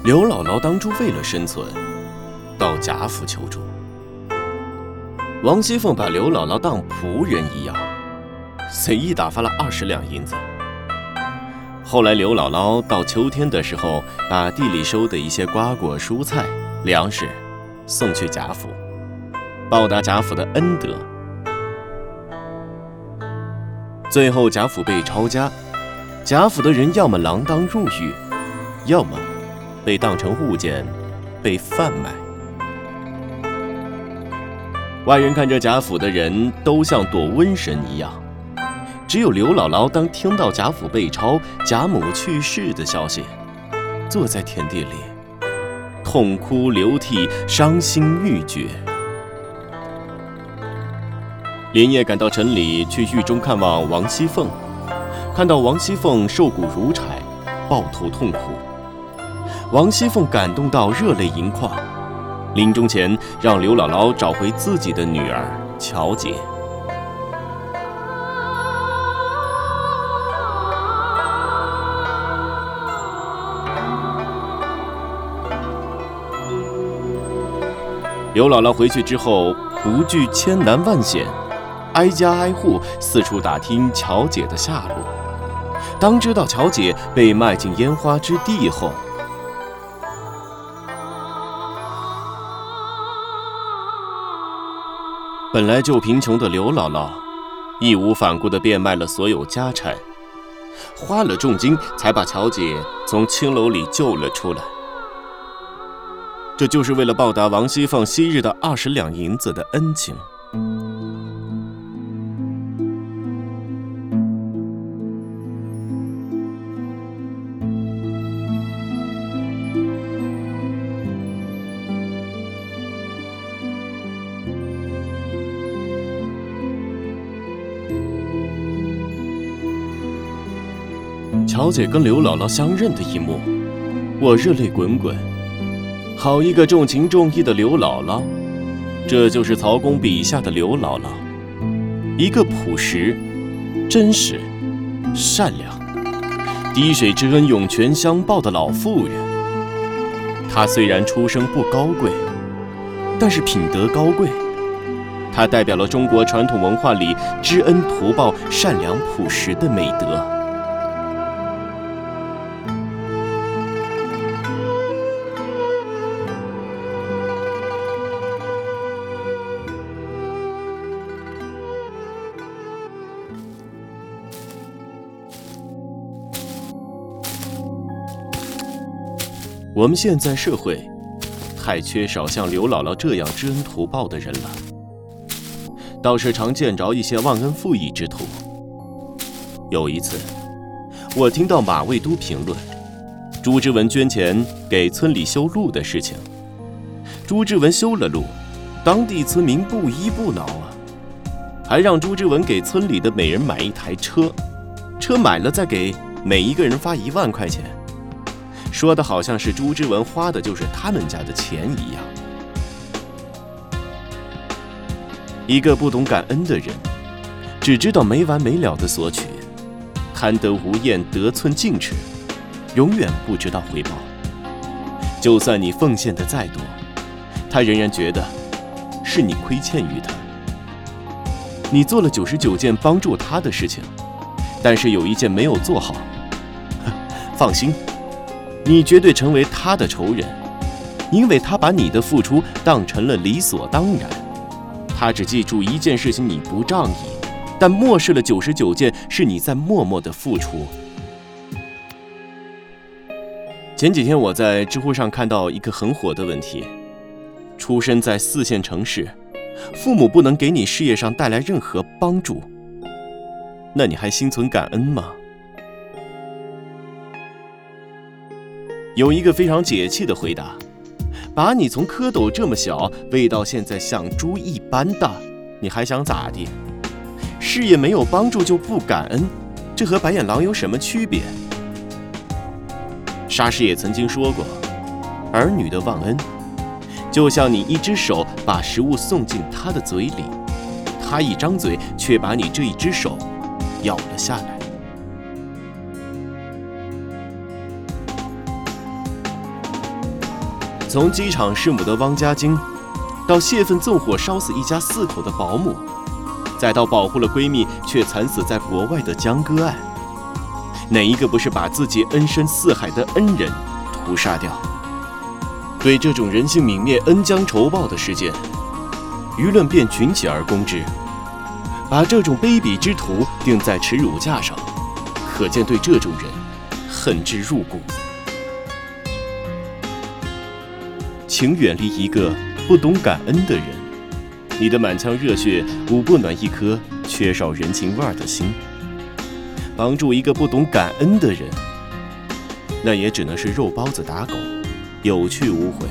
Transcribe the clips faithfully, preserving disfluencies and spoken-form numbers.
刘姥姥当初为了生存，到贾府求助。王熙凤把刘姥姥当仆人一样，随意打发了二十两银子。后来刘姥姥到秋天的时候，把地里收的一些瓜果、蔬菜、粮食送去贾府，报答贾府的恩德。最后贾府被抄家，贾府的人要么锒铛入狱，要么被当成物件被贩卖。外人看着贾府的人都像躲瘟神一样，只有刘姥姥当听到贾府被抄、贾母去世的消息，坐在田地里痛哭流涕，伤心欲绝。连夜赶到城里去狱中看望王熙凤，看到王熙凤瘦骨如柴，抱头痛哭。王熙凤感动到热泪盈眶，临终前让刘姥姥找回自己的女儿乔姐。刘姥姥回去之后，不惧千难万险，挨家挨户四处打听乔姐的下落。当知道乔姐被卖进烟花之地后，本来就贫穷的刘姥姥义无反顾地变卖了所有家产，花了重金才把乔姐从青楼里救了出来。这就是为了报答王熙凤昔日的二十两银子的恩情。乔姐跟刘姥姥相认的一幕，我热泪滚滚。好一个重情重义的刘姥姥，这就是曹公笔下的刘姥姥，一个朴实、真实、善良、滴水之恩涌泉相报的老妇人。她虽然出身不高贵，但是品德高贵。她代表了中国传统文化里知恩图报、善良朴实的美德。我们现在社会太缺少像刘姥姥这样知恩图报的人了，倒是常见着一些忘恩负义之徒。有一次，我听到马未都评论朱之文捐钱给村里修路的事情。朱之文修了路，当地村民不依不挠啊，还让朱之文给村里的每人买一台车，车买了再给每一个人发一万块钱。说的好像是朱之文花的就是他们家的钱一样。一个不懂感恩的人，只知道没完没了的索取，贪得无厌，得寸进尺，永远不知道回报。就算你奉献的再多，他仍然觉得是你亏欠于他。你做了九十九件帮助他的事情，但是有一件没有做好，放心，你绝对成为他的仇人，因为他把你的付出当成了理所当然。他只记住一件事情你不仗义，但漠视了九十九件是你在默默的付出。前几天我在知乎上看到一个很火的问题：出生在四线城市，父母不能给你事业上带来任何帮助，那你还心存感恩吗？有一个非常解气的回答：把你从蝌蚪这么小喂到现在像猪一般大，你还想咋地？事业没有帮助就不感恩，这和白眼狼有什么区别？莎士也曾经说过，儿女的忘恩就像你一只手把食物送进他的嘴里，他一张嘴却把你这一只手咬了下来。 从机场弑母的汪家晶，到泄愤纵火烧死一家四口的保姆，再到保护了闺蜜却惨死在国外的江歌案，哪一个不是把自己恩深似海的恩人屠杀掉？对这种人性泯灭、恩将仇报的事件，舆论便群起而攻之，把这种卑鄙之徒钉在耻辱架上，可见对这种人恨之入骨。请远离一个不懂感恩的人，你的满腔热血捂不暖一颗缺少人情味儿的心。帮助一个不懂感恩的人，那也只能是肉包子打狗，有去无回。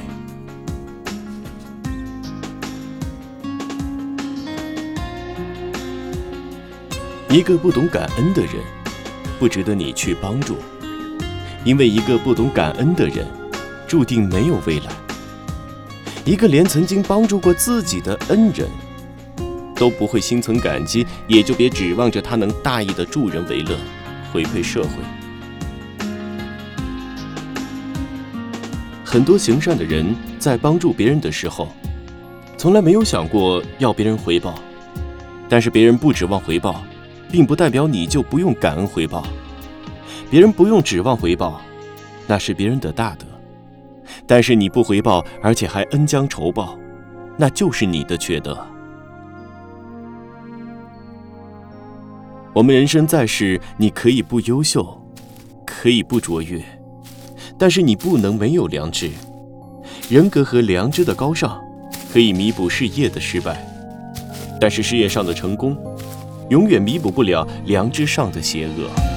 一个不懂感恩的人，不值得你去帮助，因为一个不懂感恩的人，注定没有未来。一个连曾经帮助过自己的恩人都不会心存感激，也就别指望着他能大义的助人为乐，回馈社会。很多行善的人在帮助别人的时候，从来没有想过要别人回报，但是别人不指望回报，并不代表你就不用感恩回报。别人不用指望回报，那是别人的大德，但是你不回报，而且还恩将仇报，那就是你的缺德。我们人生在世，你可以不优秀，可以不卓越，但是你不能没有良知。人格和良知的高尚可以弥补事业的失败，但是事业上的成功永远弥补不了良知上的邪恶。